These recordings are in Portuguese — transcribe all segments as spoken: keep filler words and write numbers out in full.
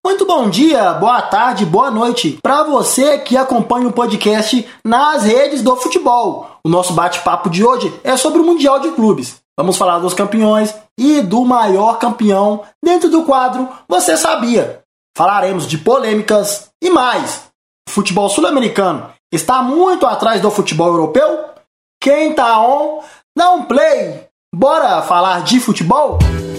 Muito bom dia, boa tarde, boa noite para você que acompanha o podcast nas redes do futebol. O nosso bate-papo de hoje é sobre o Mundial de Clubes. Vamos falar dos campeões e do maior campeão dentro do quadro Você Sabia? Falaremos de polêmicas e mais. O futebol sul-americano está muito atrás do futebol europeu? Quem tá on, dá um play. Bora falar de futebol?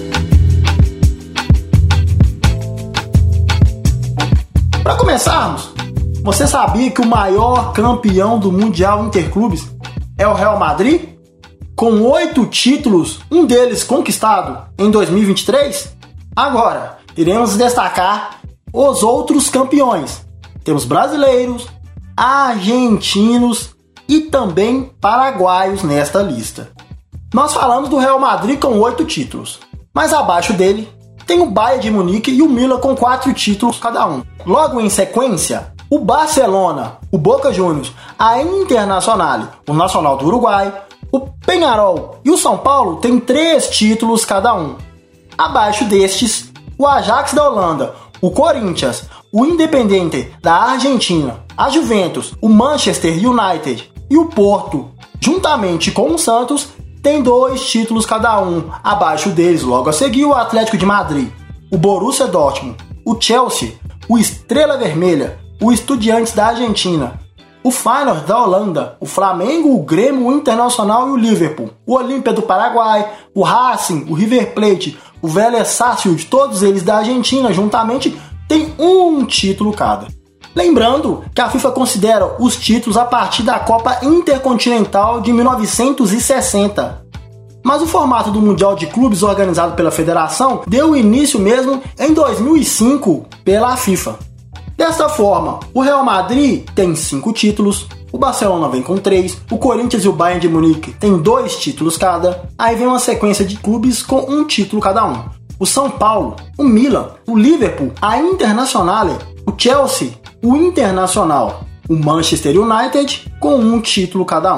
Para começarmos, você sabia que o maior campeão do Mundial Interclubes é o Real Madrid? Com oito títulos, um deles conquistado em dois mil e vinte e três? Agora, iremos destacar os outros campeões. Temos brasileiros, argentinos e também paraguaios nesta lista. Nós falamos do Real Madrid com oito títulos, mas abaixo dele tem o Bayern de Munique e o Milan com quatro títulos cada um. Logo em sequência, o Barcelona, o Boca Juniors, a Internacional, o Nacional do Uruguai, o Peñarol e o São Paulo têm três títulos cada um. Abaixo destes, o Ajax da Holanda, o Corinthians, o Independiente da Argentina, a Juventus, o Manchester United e o Porto, juntamente com o Santos, tem dois títulos cada um. Abaixo deles, logo a seguir, o Atlético de Madrid, o Borussia Dortmund, o Chelsea, o Estrela Vermelha, o Estudiantes da Argentina, o Feyenoord da Holanda, o Flamengo, o Grêmio, o Internacional e o Liverpool, o Olímpia do Paraguai, o Racing, o River Plate, o Vélez Sarsfield, todos eles da Argentina, juntamente, tem um título cada. Lembrando que a FIFA considera os títulos a partir da Copa Intercontinental de mil novecentos e sessenta. Mas o formato do Mundial de Clubes organizado pela Federação deu início mesmo em dois mil e cinco pela FIFA. Desta forma, o Real Madrid tem cinco títulos, o Barcelona vem com três, o Corinthians e o Bayern de Munique têm dois títulos cada, aí vem uma sequência de clubes com um título cada um. O São Paulo, o Milan, o Liverpool, a Internacional, o Chelsea, o Internacional, o Manchester United com um título cada um.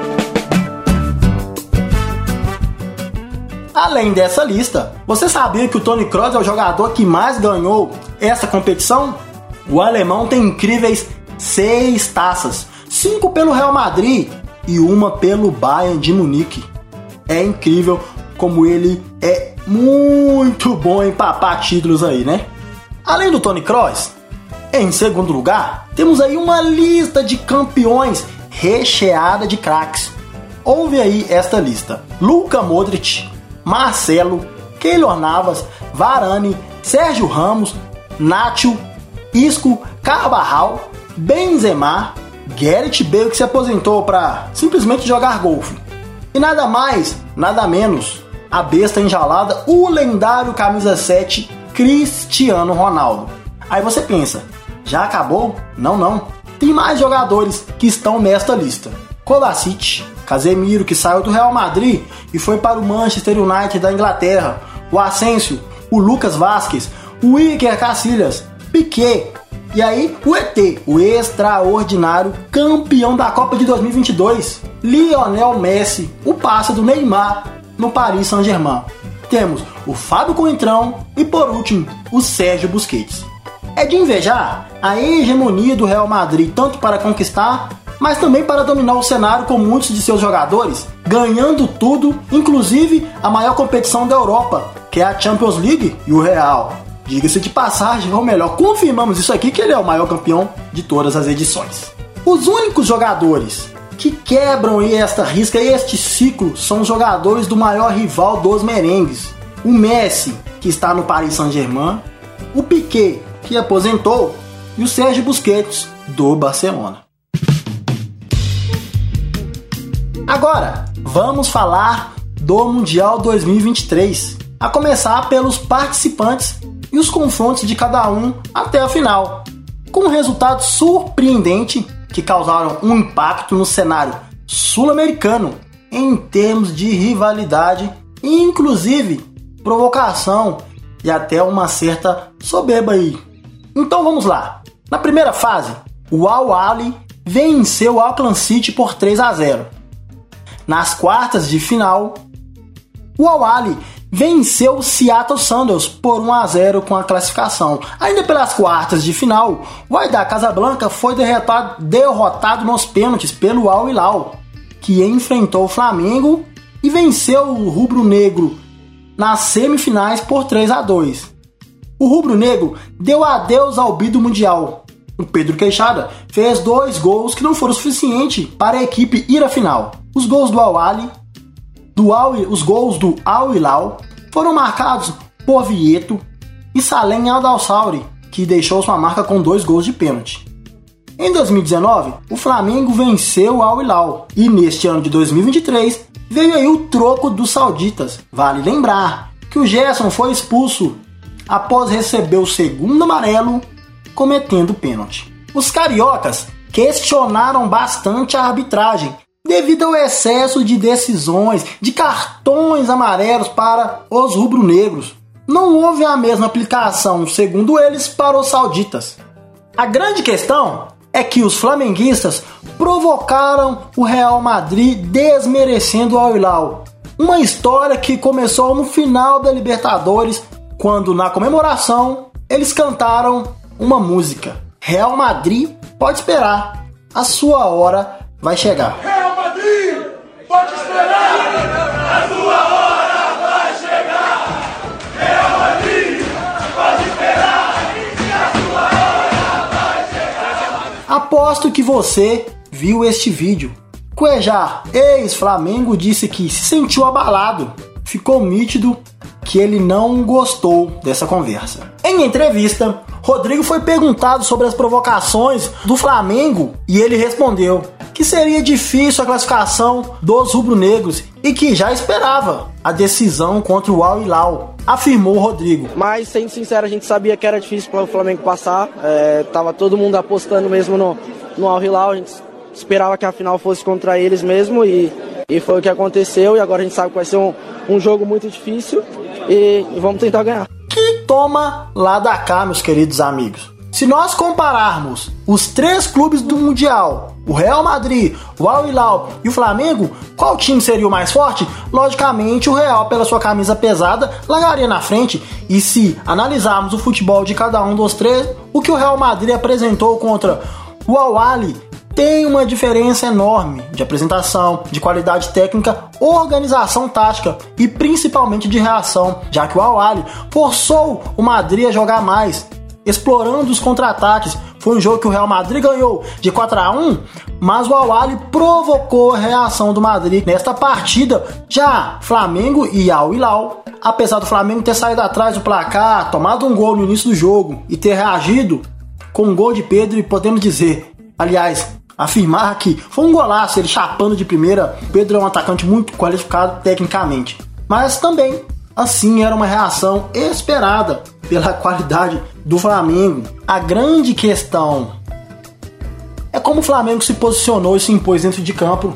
Além dessa lista, você sabia que o Toni Kroos é o jogador que mais ganhou essa competição? O alemão tem incríveis seis taças, cinco pelo Real Madrid e uma pelo Bayern de Munique. É incrível como ele é muito bom em papar títulos aí, né? Além do Toni Kroos, em segundo lugar, temos aí uma lista de campeões recheada de craques. Ouve aí esta lista: Luka Modric, Marcelo, Keylor Navas, Varane, Sérgio Ramos, Nacho, Isco, Carvajal, Benzema, Gareth Bale, que se aposentou para simplesmente jogar golfe. E nada mais, nada menos, a besta enjalada, o lendário camisa sete, Cristiano Ronaldo. Aí você pensa, já acabou? Não, não. Tem mais jogadores que estão nesta lista. Kovacic, Casemiro, que saiu do Real Madrid e foi para o Manchester United da Inglaterra, o Asensio, o Lucas Vázquez, o Iker Casillas, Piqué, e aí o E T, o extraordinário campeão da Copa de dois mil e vinte e dois, Lionel Messi, o passe do Neymar no Paris Saint-Germain. Temos o Fábio Coentrão e, por último, o Sérgio Busquets. É de invejar a hegemonia do Real Madrid, tanto para conquistar, mas também para dominar o cenário com muitos de seus jogadores, ganhando tudo, inclusive a maior competição da Europa, que é a Champions League, e o Real, diga-se de passagem, ou melhor, confirmamos isso aqui, que ele é o maior campeão de todas as edições. Os únicos jogadores que quebram esta risca e este ciclo são os jogadores do maior rival dos merengues. O Messi, que está no Paris Saint-Germain, o Piqué, que aposentou, e o Sérgio Busquets, do Barcelona. Agora, vamos falar do Mundial dois mil e vinte e três, a começar pelos participantes e os confrontos de cada um até a final, com um resultado surpreendente que causaram um impacto no cenário sul-americano em termos de rivalidade e inclusive provocação e até uma certa soberba aí. Então vamos lá. Na primeira fase, o Al-Ahly venceu o Auckland City por três a zero. Nas quartas de final, o Al-Ahly venceu o Seattle Sounders por um a zero com a classificação. Ainda pelas quartas de final, o Wydad Casablanca foi derrotado, derrotado nos pênaltis pelo Al Hilal, que enfrentou o Flamengo e venceu o rubro-negro nas semifinais por três a dois. O rubro-negro deu adeus ao bi do Mundial. O Pedro Queixada fez dois gols que não foram suficientes para a equipe ir à final. Os gols do Al-Ahly, do Al, os gols do Al Hilal foram marcados por Vieto e Salem Al-Dawsari, que deixou sua marca com dois gols de pênalti. Em dois mil e dezenove, o Flamengo venceu o Al Hilal e neste ano de dois mil e vinte e três veio aí o troco dos sauditas. Vale lembrar que o Gerson foi expulso após receber o segundo amarelo cometendo pênalti. Os cariocas questionaram bastante a arbitragem devido ao excesso de decisões, de cartões amarelos para os rubro-negros. Não houve a mesma aplicação, segundo eles, para os sauditas. A grande questão é que os flamenguistas provocaram o Real Madrid desmerecendo o Al Hilal. Uma história que começou no final da Libertadores, quando na comemoração eles cantaram uma música. Real Madrid, pode esperar, a sua hora vai chegar. Real Madrid, pode esperar, a sua hora vai chegar. Real Madrid, pode esperar, a sua hora vai chegar. Aposto que você viu este vídeo. Cuejar, ex-Flamengo, disse que se sentiu abalado. Ficou nítido que ele não gostou dessa conversa. Em entrevista, Rodrigo foi perguntado sobre as provocações do Flamengo e ele respondeu que seria difícil a classificação dos rubro-negros e que já esperava a decisão contra o Al Hilal, afirmou Rodrigo. Mas, sendo sincero, a gente sabia que era difícil para o Flamengo passar, é, tava todo mundo apostando mesmo no, no Al Hilal, a gente esperava que a final fosse contra eles mesmo e, e foi o que aconteceu e agora a gente sabe que vai ser um, um jogo muito difícil e, e vamos tentar ganhar. Que toma lá da cá, meus queridos amigos. Se nós compararmos os três clubes do Mundial, o Real Madrid, o Al Hilal e o Flamengo, qual time seria o mais forte? Logicamente o Real, pela sua camisa pesada, largaria na frente. E se analisarmos o futebol de cada um dos três, o que o Real Madrid apresentou contra o Al-Ahly tem uma diferença enorme de apresentação, de qualidade técnica, organização tática e principalmente de reação, já que o Al-Ahly forçou o Madrid a jogar mais, explorando os contra-ataques. Foi um jogo que o Real Madrid ganhou de quatro a um, mas o Al-Ahly provocou a reação do Madrid nesta partida. Já Flamengo e Al Hilal, apesar do Flamengo ter saído atrás do placar, tomado um gol no início do jogo e ter reagido com um gol de Pedro, e podemos dizer, aliás, afirmar que foi um golaço, ele chapando de primeira. Pedro é um atacante muito qualificado tecnicamente, mas também assim era uma reação esperada pela qualidade do Flamengo. A grande questão é como o Flamengo se posicionou e se impôs dentro de campo.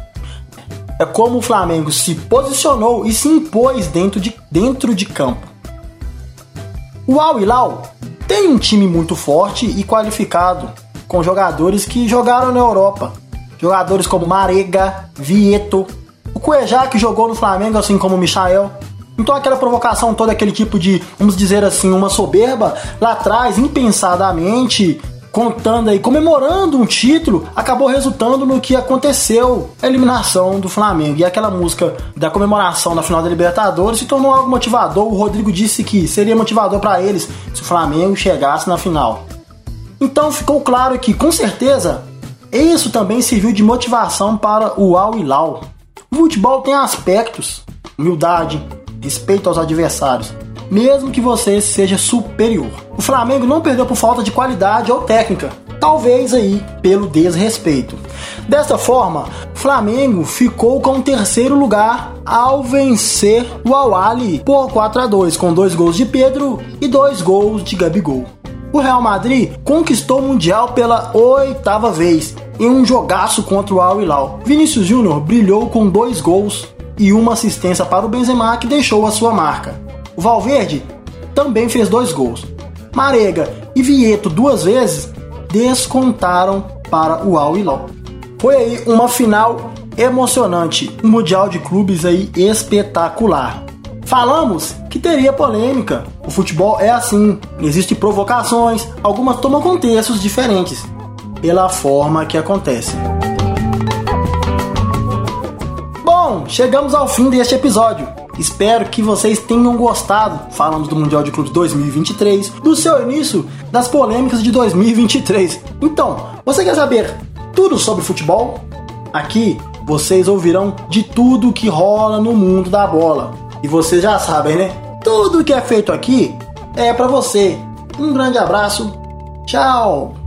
É como o Flamengo se posicionou e se impôs dentro de, dentro de campo. O Al Hilal tem um time muito forte e qualificado, com jogadores que jogaram na Europa. Jogadores como Marega, Vieto, o Cuejá, que jogou no Flamengo, assim como o Michael. Então aquela provocação toda, aquele tipo de, vamos dizer assim, uma soberba lá atrás, impensadamente, contando aí, comemorando um título, acabou resultando no que aconteceu, a eliminação do Flamengo. E aquela música da comemoração na final da Libertadores se tornou algo motivador. O Rodrigo disse que seria motivador para eles se o Flamengo chegasse na final. Então ficou claro que, com certeza, isso também serviu de motivação para o Al Hilal. O futebol tem aspectos, humildade, respeito aos adversários, mesmo que você seja superior. O Flamengo não perdeu por falta de qualidade ou técnica, talvez aí pelo desrespeito. Desta forma, o Flamengo ficou com o terceiro lugar ao vencer o Al-Ahly por quatro a dois, com dois gols de Pedro e dois gols de Gabigol. O Real Madrid conquistou o Mundial pela oitava vez, em um jogaço contra o Al Hilal. Vinícius Júnior brilhou com dois gols e uma assistência para o Benzema, que deixou a sua marca. O Valverde também fez dois gols. Marega e Vieto, duas vezes, descontaram para o Al Hilal. Foi aí uma final emocionante, um Mundial de Clubes aí espetacular. Falamos que teria polêmica. O futebol é assim, existem provocações, algumas tomam contextos diferentes, pela forma que acontece. Bom, chegamos ao fim deste episódio. Espero que vocês tenham gostado. Falamos do Mundial de Clubes dois mil e vinte e três, do seu início, das polêmicas de dois mil e vinte e três. Então, você quer saber tudo sobre futebol? Aqui vocês ouvirão de tudo que rola no mundo da bola. E vocês já sabem, né? Tudo que é feito aqui é pra você. Um grande abraço. Tchau!